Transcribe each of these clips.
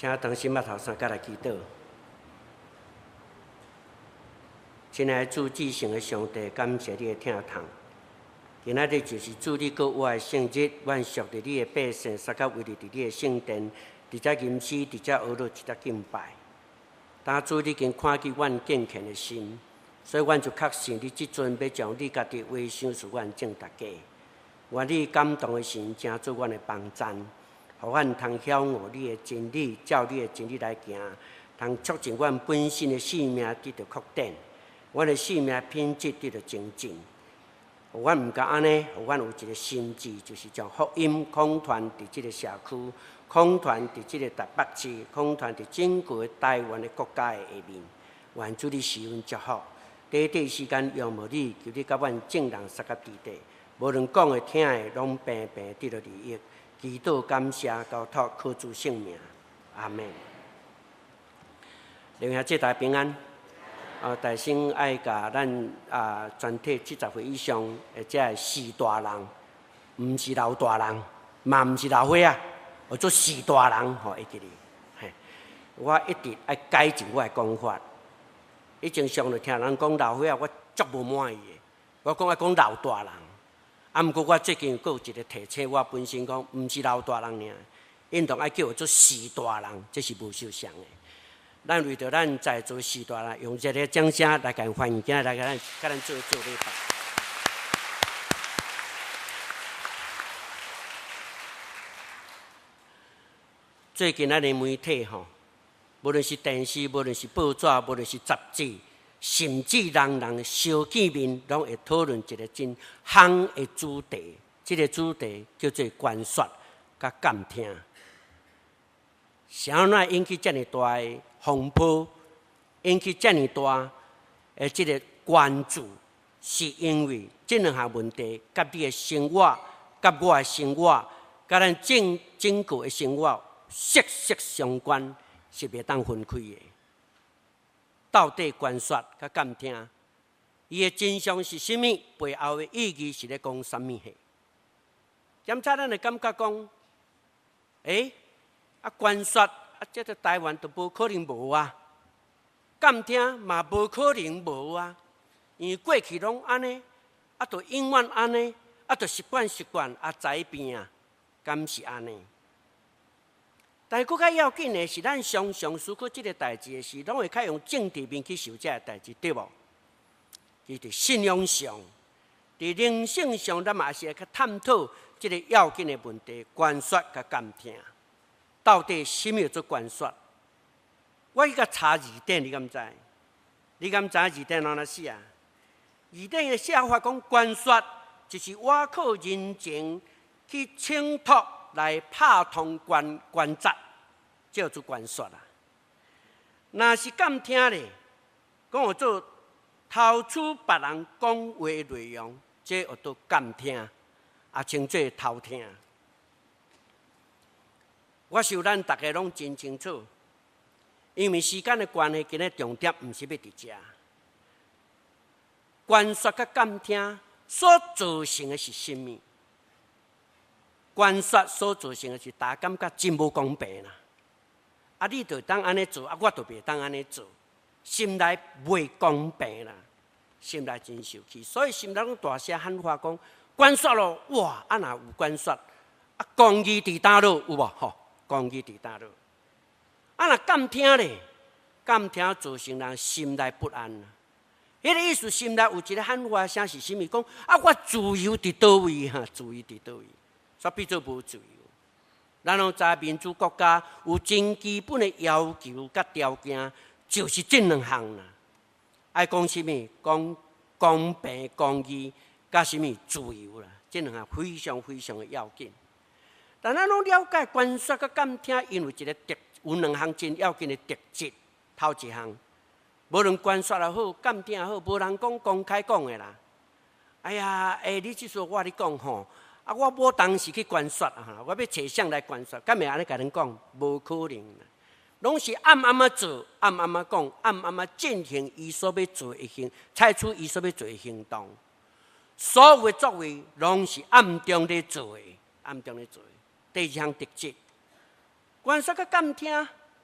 请当心目头先甲来祈祷。亲爱的主至圣的上帝，感谢你的听从。今仔日就是主你国我的圣日，愿属伫你的百姓，三甲围立伫你的圣殿，伫遮吟诗，伫遮学乐，伫遮敬拜。当主你已经看见阮敬虔的心，所以阮就确信你即阵要将你家己话想使阮正大家。愿你感动的心，成做阮的帮赞，互阮通晓悟你的真理，照你的真理来行，通促进阮本身的性命得到扩展。阮的性命品质得到精进，互阮毋敢安尼，互阮有一个心志，就是将福音广传伫即个社区，广传伫即个台北市，广传伫整个台湾的国家的下面。愿主你施恩祝福，短时间仰慕你，求你甲阮众人三甲伫地，无论讲的听的，拢平平得到利益。祈祷感谢交托，靠主圣名，阿门。留下这大平安。大先爱甲咱全体70岁以上的这四大人，毋是老大人，嘛毋是老伙仔，叫做四大人，会记哩。我一直爱改进我的讲法。以前常就听人讲老伙仔，我足无满意的。我讲爱讲老大人，毋过我最近有一个提醒我本身讲，毋是老大人尔，应当爱叫做四大人，这是无受伤的。咱为着咱在座四大人，用这个掌声来甲欢迎，今日来甲咱做礼拜。最近咱的媒体吼，无论是电视，无论是报纸，无论是杂志，甚至人小见面，拢会讨论一个真夯的主题。这个主题叫做关说甲监听。啥哪引起这么大的风波，引起这么大的这个关注，是因为这两项问题，甲你的生活、甲我的生活、甲咱整个的生活息息相关，是袂当分开的。到底关说甲监听，伊的真相是甚物？背后的意义是咧讲甚物？检查咱会感觉讲，关说这个台湾都无可能无啊，监听嘛无可能无啊，因为过去拢安尼，就永远安尼，就习惯知变啊，敢是安尼？但是更较要紧的是，咱常常思考这个代志的时，拢会较用政治面去想这个代志，对无？伊伫信仰上，伫灵性上，咱嘛是会去探讨这个要紧的问题，关说甲监听。到底什么叫做关说？我去甲查字典，你敢知？你敢知字典安怎写啊？字典的写法讲，关说就是我靠人情去请托来拍通关节，叫做关说啦。若是监听咧，讲做偷取别人讲话内容，这叫做监听，也称作偷听。我想咱大家拢真清楚，因为时间的关系，今日重点毋是要伫遮。关说甲监听所造成的是甚物？关说所造成的是大家感觉真无公平啦。你就当安尼做，我就袂当安尼做，心内袂公平啦，心内真受气，所以心内拢大声喊话讲关说咯，哇！若有关说，公义伫倒落有无？吼！公义伫倒落，若监听咧，监听造成人心内不安。迄个意思，心内有一个喊话声是甚物？讲我自由伫倒位哈？自由伫倒位？煞变做无自由。咱拢知民主国家有真基本的要求甲条件，就是这两项啦。爱讲甚物？讲公平、公义，甲甚物自由啦？这两项非常非常的要紧。但咱拢了解关说甲监听，因为有两项真要紧的特质。头一项，无论关说也好，监听也好，无人讲公开讲的啦。哎呀，你即说我咧讲吼，我无当时去关说啊，我要找谁来关说？敢会安尼甲恁讲？无可能啦，拢是暗暗做，暗暗讲，暗暗进行伊所要做的采取伊所要做的行动。所有的作为，拢是暗中咧做的，暗中咧做的。第二项特质，关说甲监听，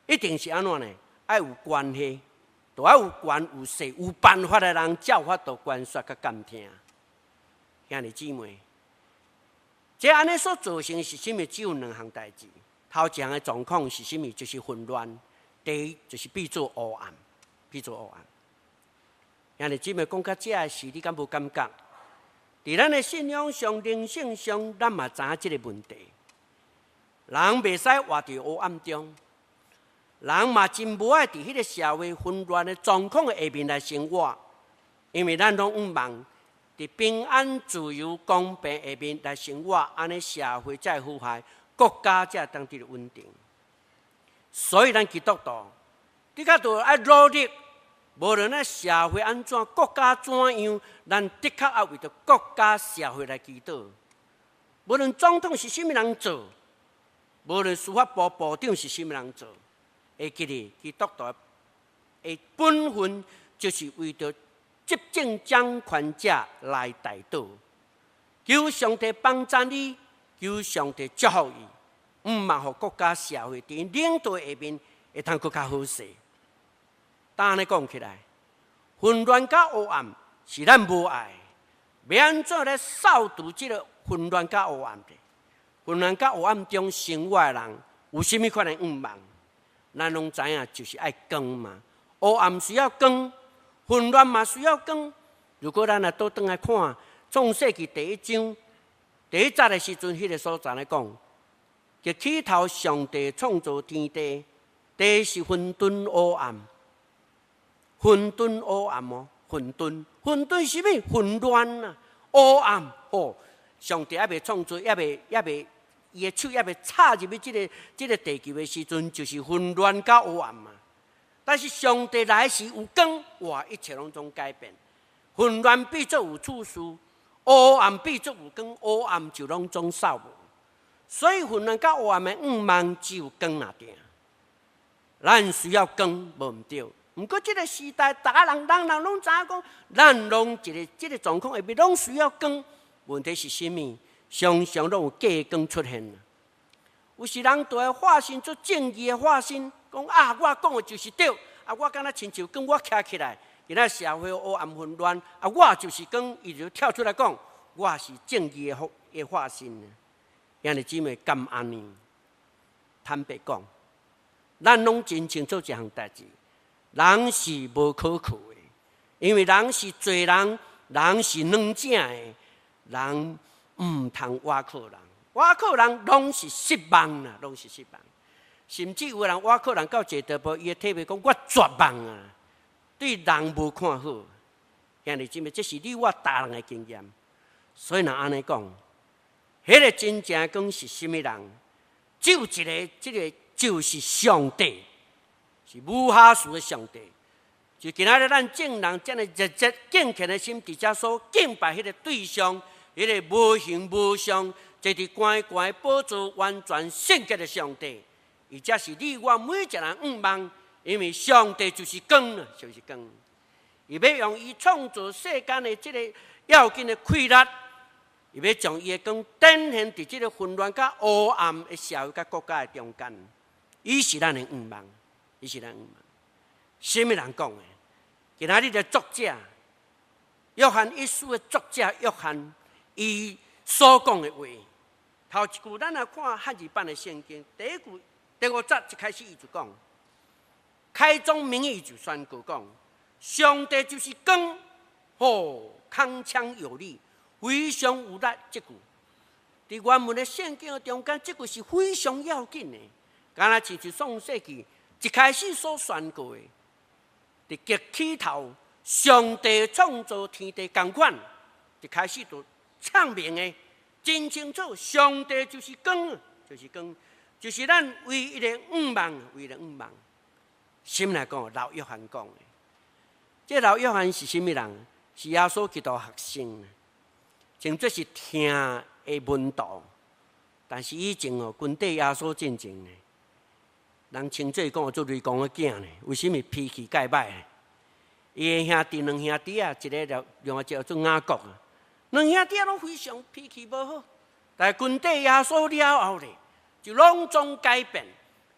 一定是安怎呢？爱有关系，就要有权有势、有办法的人，才有法度关说甲监听。兄弟姊妹，这安尼所造成是甚物？只有两项代志。头一项的状况是甚物？就是混乱。第一就是变做黑暗，变做黑暗。兄弟姊妹讲到这个时，你敢无感觉？在咱的信仰上、灵性上，咱嘛知影这个问题。人袂使活在黑暗中，人嘛真无爱伫迄个社会混乱的状况的下面来生活，因为咱拢毋望伫平安、自由、公平下面来生活，安尼社会才会和谐，国家才会当得稳定。所以咱基督徒，你甲都爱努力，无论咱社会安怎，国家怎样，咱的确要为着国家社会来祈祷。无论总统是甚物人做，无论司法部部长是甚物人做，会记得基督徒的本分就是为着执政掌权者来代祷，求上帝帮助你，求上帝祝福伊。毋嘛，互国家社会伫领导下面会通更较好势。当安尼讲起来，混乱甲黑暗是咱无爱，要安怎来扫除这个混乱甲黑暗的？混乱甲黑暗中生活的人，有甚物款的愿望？咱拢知影，就是爱光嘛。黑暗需要光，混乱嘛需要光。如果咱倒转来看创世纪第一章第一节的时阵，迄个所在来讲。一起头，上帝创造天地，地是混沌黑暗，混沌黑暗哦，混沌是咩？混乱啊，黑暗哦。上帝还未创造，也未，伊的手也未插入去这个地球的时阵，就是混乱甲黑暗嘛。但是上帝来时有光，哇，一切拢总改变。混乱变作有处事，黑暗变作有光，黑暗就拢总扫无。所以混乱甲黑暗的愿望只有光那定，咱需要光无毋对。毋过这个时代，大家人拢知影讲，咱拢这个状况下面拢需要光。问题是甚物？常常拢有假光出现。有时人就会化身做正义的化身，讲啊，我讲的就是对，啊，我敢若亲像光，我徛起来，今仔社会黑暗混乱，啊，我就是光，伊就跳出来讲，我是正义的化身。兄弟姊妹，敢安尼？坦白讲，咱拢真清楚一项代志：人是无可靠的，因为人是罪人，人是软正的，人毋通倚靠人，倚靠人拢是失望啦，拢是失望。甚至有人倚靠人到一个地步，伊的体会讲我绝望啊，对人无看好。兄弟姊妹，这是你我大人的经验，所以若安尼讲。迄个真正讲是甚物人？只有一个，这个就是上帝，是无下数的上帝。就今仔日咱正人这样热切敬虔的心，伫遮所敬拜迄个对象，迄个无形无相，坐伫关关宝座完全圣洁的上帝，伊才是你我每一个人愿望。因为上帝就是光啊，就是光。伊要用伊创造世间的这个要紧的规律。伊要将伊的光展现伫即个混乱甲黑暗的社会甲国家的中间，伊是咱的愿望，伊是咱愿望。什么人讲的？今仔日的作者，约翰一书的作者约翰，伊所讲的话，头一句咱来看汉字版的圣经，第一句第5节一开始伊就讲，开宗明义就宣告讲，上帝就是光，哦，铿锵有力。非常有力，这句伫原文的圣经的中间，这句是非常要紧的。敢若就是创世纪一开始所宣告的，伫极起头，上帝创造天地同款，一开始就唱明的，真清楚，上帝就是光，就是光，就是咱唯一的愿望，唯一的愿望。什么来讲？老约翰讲的，这老约翰是甚物人？是耶稣基督学生。前做是听的门徒，但是以前哦，军队耶稣进前呢，人称做讲做雷公的囝呢，为什么脾气介歹？伊的兄弟两兄弟啊，一个另外一个做雅各啊，两兄弟拢非常脾气无好，但军队耶稣了后咧，就拢总改变，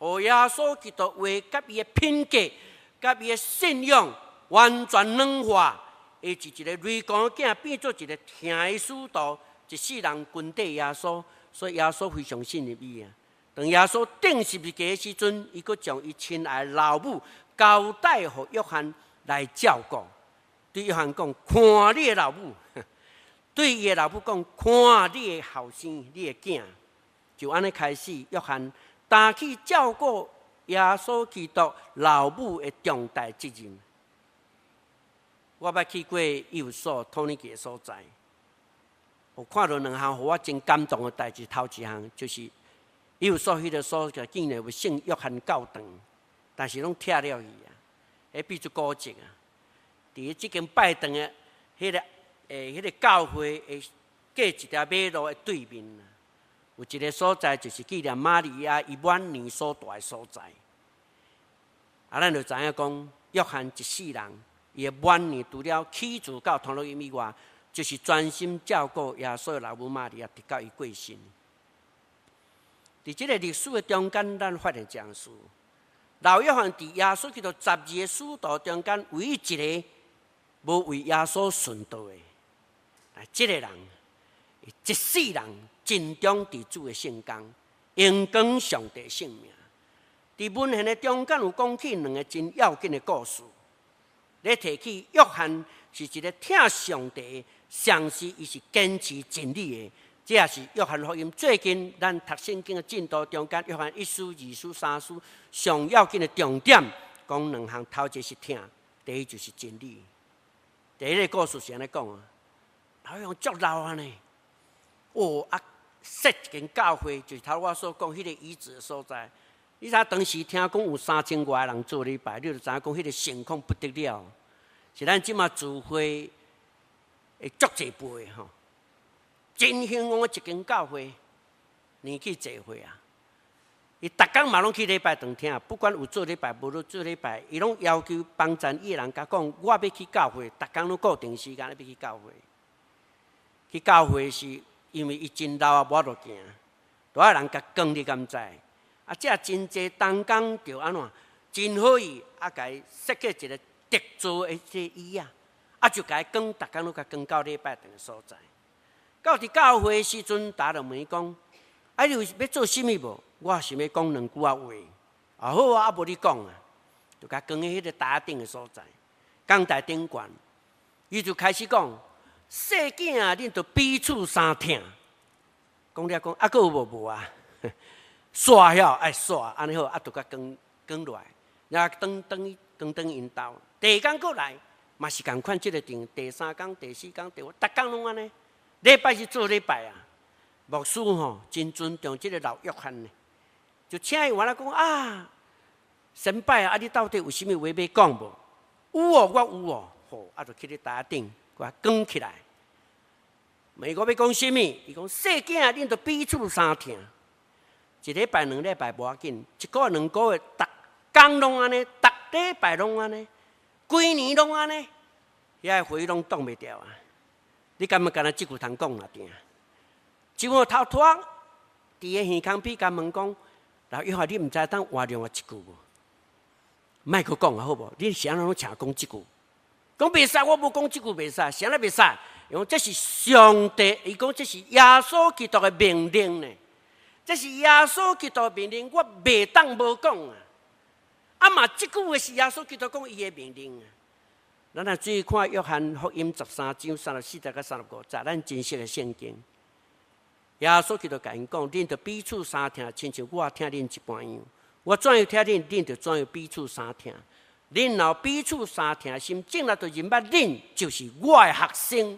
和耶稣基督话甲伊的品格、甲伊的信仰完全软化，伊是一个雷公的囝，变做一个听的使徒，一世人跟缀耶稣，所以耶稣非常信任伊啊。当耶稣钉十字架的时阵，伊佫将伊亲爱的老母交代给约翰来照顾。对约翰讲：看你的老母。对伊的老母讲：看你的后生，你的囝。就安尼开始，约翰担起照顾耶稣基督老母的重大责任。我捌去过以弗所、托尼基的所在，我看到两项，互我真感动的代志。头一项就是以弗所迄个所在，竟然有圣约翰教堂，但是拢拆了伊啊，迄变做古迹啊。伫即间拜堂的迄个教会的过一条马路的对面，有一个所在就是纪念玛利亚伊晚年所住的所在。咱就知影讲，约翰一世人，伊的晚年除了起自到同乐音以外，就是专心照顾耶稣的老母玛利亚，直到伊过身。伫即个历史的中间，咱发现一件事：老约翰伫耶稣基督12个使徒中间，唯一一个无为耶稣顺道的。但即个人，一世人尽忠伫主的圣工，荣光上帝性命。伫文献的中间有讲起两个真要紧的故事。咧提起约翰是一个听上帝，上时伊是坚持真理的。这也是约翰福音最近咱读圣经的进度中间，约翰1书、2书、3书上要紧的重点，讲两项。头一是听，第一就是真理。第一个故事是安尼讲啊，老约翰足老啊呢，设一间教会，就是头我所讲迄个遗址的所在。你知当时听讲有3000外人做礼拜，你就知影讲迄个情况不得了，是咱即马聚会的足侪倍吼。真兴旺的一间教会，年纪侪岁啊！伊逐工嘛拢去礼拜堂听，不管有做礼拜无做礼拜，伊拢要求帮赞伊的人甲讲，我要去教会，逐工拢固定时间要去教会。去教会是因为伊真老啊，无法度行，大个人甲讲你敢知？啊，这真济当工就安怎？真好意啊，甲伊设计一个特殊的这椅啊，啊就甲伊讲，逐工拢甲讲到礼拜堂的所在。到伫教会的时阵，大家就问伊讲：啊，你要做甚物无？我想要讲两句话。啊好啊，无你讲啊，就甲讲迄个台顶的所在，讲台顶悬，伊就开始讲：细囝啊，恁着彼此相听。讲了讲，啊，佫有无啊？煞晓爱煞，安尼好，啊，就甲讲落来，然后当因兜。第二工佫来，嘛是共款即个定。第3工、第4工、第5，逐工拢安尼。礼拜是做礼拜啊，牧师吼真尊重即个老约翰呢，就请伊回来讲啊，神拜啊，你到底有啥物话要讲无？有哦，我有哦，好，啊，就去咧台顶，我讲起来。问我要讲啥物？伊讲细囝啊，恁着彼此相听。一礼拜、2礼拜无要紧，一个月、2个月，逐工拢安尼，逐礼拜拢安尼，规年拢安尼，遐会拢挡袂掉啊！你敢若干那即句通讲啦？定？一我头拖，伫个耳孔边甲问讲，老约翰，你毋知当换另外一句无？莫去讲啊，好无？你谁人拢请讲即句？讲袂使，我无讲即句袂使，谁人袂使？因为这是上帝，伊讲这是耶稣基督的命令呢。这是耶稣基督的命令，我袂当无讲啊！啊嘛，即句话是耶稣基督讲伊的命令啊。咱若注意看约翰福音13章34到35节，咱真实的圣经。耶稣基督甲因讲：恁着彼此相听，亲像我听恁一般样。我怎样听恁，恁着怎样彼此相听。恁若彼此相听，心正来就认捌恁就是我的学生。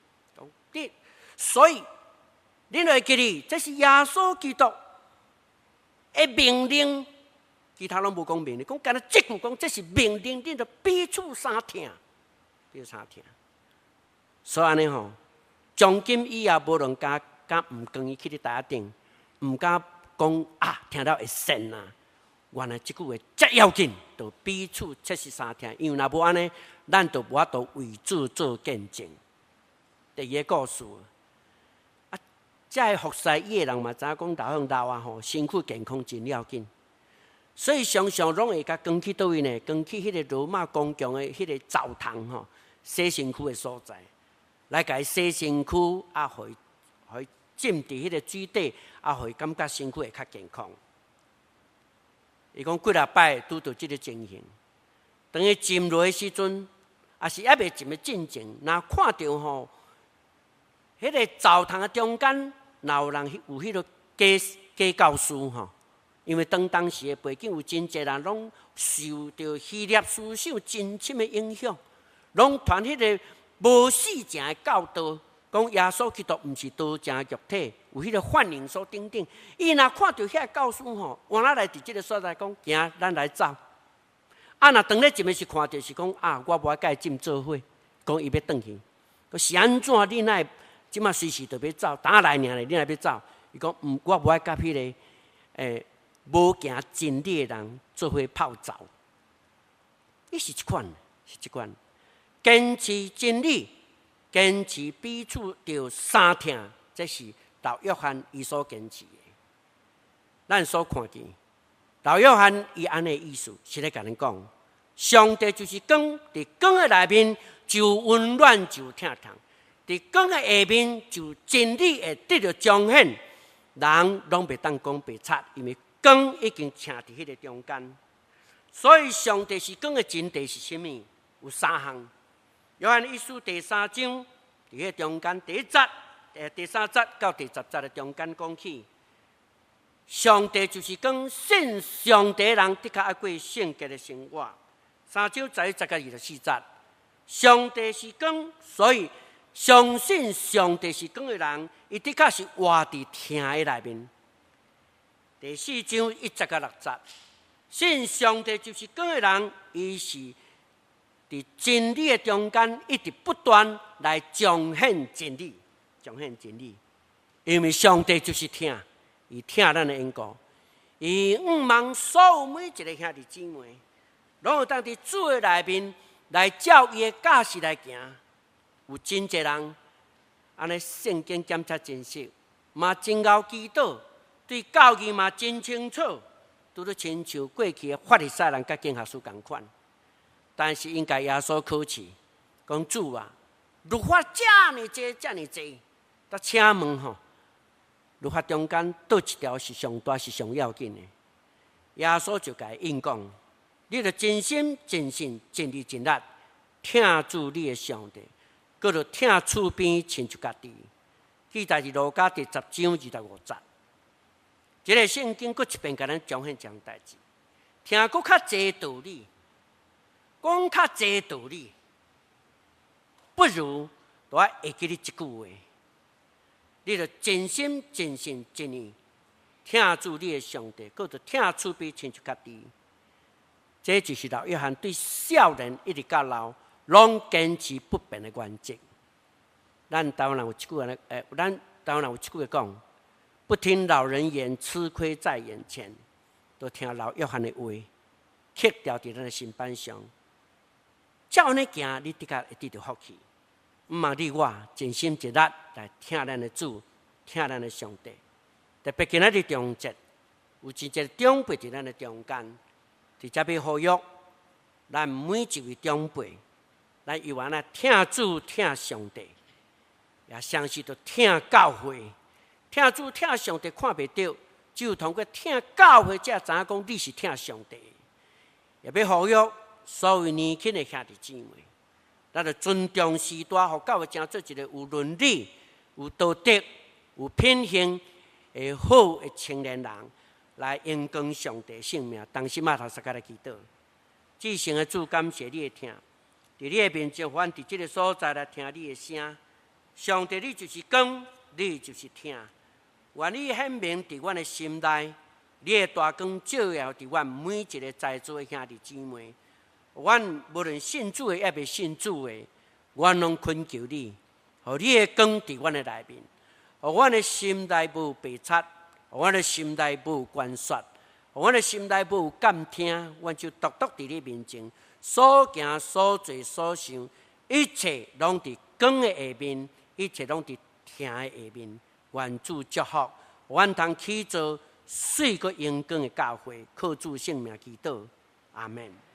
所以，恁会记哩，这是耶稣基督的命令，其他拢无讲命令，讲干那即句讲，这是命令，恁着彼此相听，彼此相听。所以安尼吼，从今以后，无论敢毋跟伊去咧台顶，毋敢讲啊，听到会神啊。原来即句话遮要紧，着彼此切实相听，因为若无安尼，咱着无法度为主做见证。第二个故事。这服侍伊的人嘛，知影讲老啊吼，身躯健康真要紧。 所以常常拢会甲讲去倒位呢？讲去迄个罗马宫墙的迄个澡堂吼，洗身躯的所在，来甲伊洗身躯，互伊浸伫迄个水底，互伊感觉身躯会较健康。伊讲几啊摆拄到即个情形，当伊浸落的时阵，也是还未浸的进前，若看到吼，迄个澡堂的中间，若有人有迄个假教师吼，因为当时的背景有真侪人拢受到希腊思想真深的影响，拢传迄个无死正的教导，讲耶稣基督毋是道正肉体，有迄个幻灵所等等。伊若看到遐教师吼，往哪来伫即个所在讲，行，咱来走。啊，若当咧浸的是看到是讲啊，我无爱甲伊浸做伙，讲伊要转去，是安怎？你哪会即马随时就要走？打来尔咧，你若要走？伊讲我无爱甲迄个无行真理的人做伙泡澡。伊是即款，坚持真理，坚持彼此着相听，这是老约翰伊所坚持的。咱所看见，老约翰伊安尼意思是咧甲咱讲，上帝就是光，伫光的内面就温暖就疼痛，伫光的下面就真理会得到彰显，人拢袂当讲白贼，因为光已经徛伫迄个中间。所以上帝是光的真谛是啥物？有三项。约翰一书第3章，伫迄中间第1节，第3节到第10节的中间讲起，上帝就是讲信上帝的人的确爱过圣洁的生活。3章11节到24节，上帝是光，所以相信上帝是光的人，伊的确是活伫听的内面。第4章1节到6节，信上帝就是光的人，伊是伫真理的中间，一直不断来彰显真理，因为上帝就是听，伊听咱的缘故，伊望所有每一个兄弟姊妹，拢有当伫主的内面来照伊的教示来行。有真侪人安尼圣经检查真实，嘛真够祈祷，对教义嘛真清楚，拄得亲像过去的法利赛人甲经学书同款。但是应该耶稣考试，讲主啊，律法这么多，但请问吼，律法中间倒一条是上大是上要紧的？耶稣就甲伊应讲：你着真心、真性、真理、真力，听主你的上帝，搁着听厝边亲像家己。记载是路加第10章25节。这个圣经搁一遍甲咱彰显这样代志，听搁较侪道理。讲较侪道理，不如我会记你一句话：你着真心、真性、真意，听主你的上帝，搁着听厝边亲像家己。这就是老约翰对少年一直到老，拢坚持不变的原则。咱台湾人有一句咱台湾人有一句讲：不听老人言，吃亏在眼前。都听老约翰的话，刻掉伫咱的心板上。照安尼行，你的确会得到福气。毋茫你我真心真力来听咱的主，听咱的上帝。特别今仔日中节，有真侪长辈伫咱的中间，直接要呼吁咱每一位长辈，咱有安那听主、听上帝，也相信着听教会，听主、听上帝看袂到，只有通过听教会才知影讲你是听上帝。也要呼吁所有年轻的兄弟姊妹，咱着尊重时代，互教会成做一个有伦理、有道德、有品行的好的青年人，来荣光上帝性命。当时马头撒开来祈祷，至圣的主，感谢你的听，伫你的面前，阮伫这个所在来听你的声。上帝，你就是光，你就是听，愿你显明伫阮的心内，你的大光照耀伫阮每一个在座的兄弟姊妹。阮无论信主的也未信主的，阮拢恳求你，互你的光伫阮的内面，互阮的心内无白贼，互阮的心内无关说，互阮的心内无监听，阮就独独伫你面前所行所做所想，一切拢伫光的下面，一切拢伫听的下面。愿主祝福，阮通去做水个阳光的教会，靠主圣名祈祷，阿门。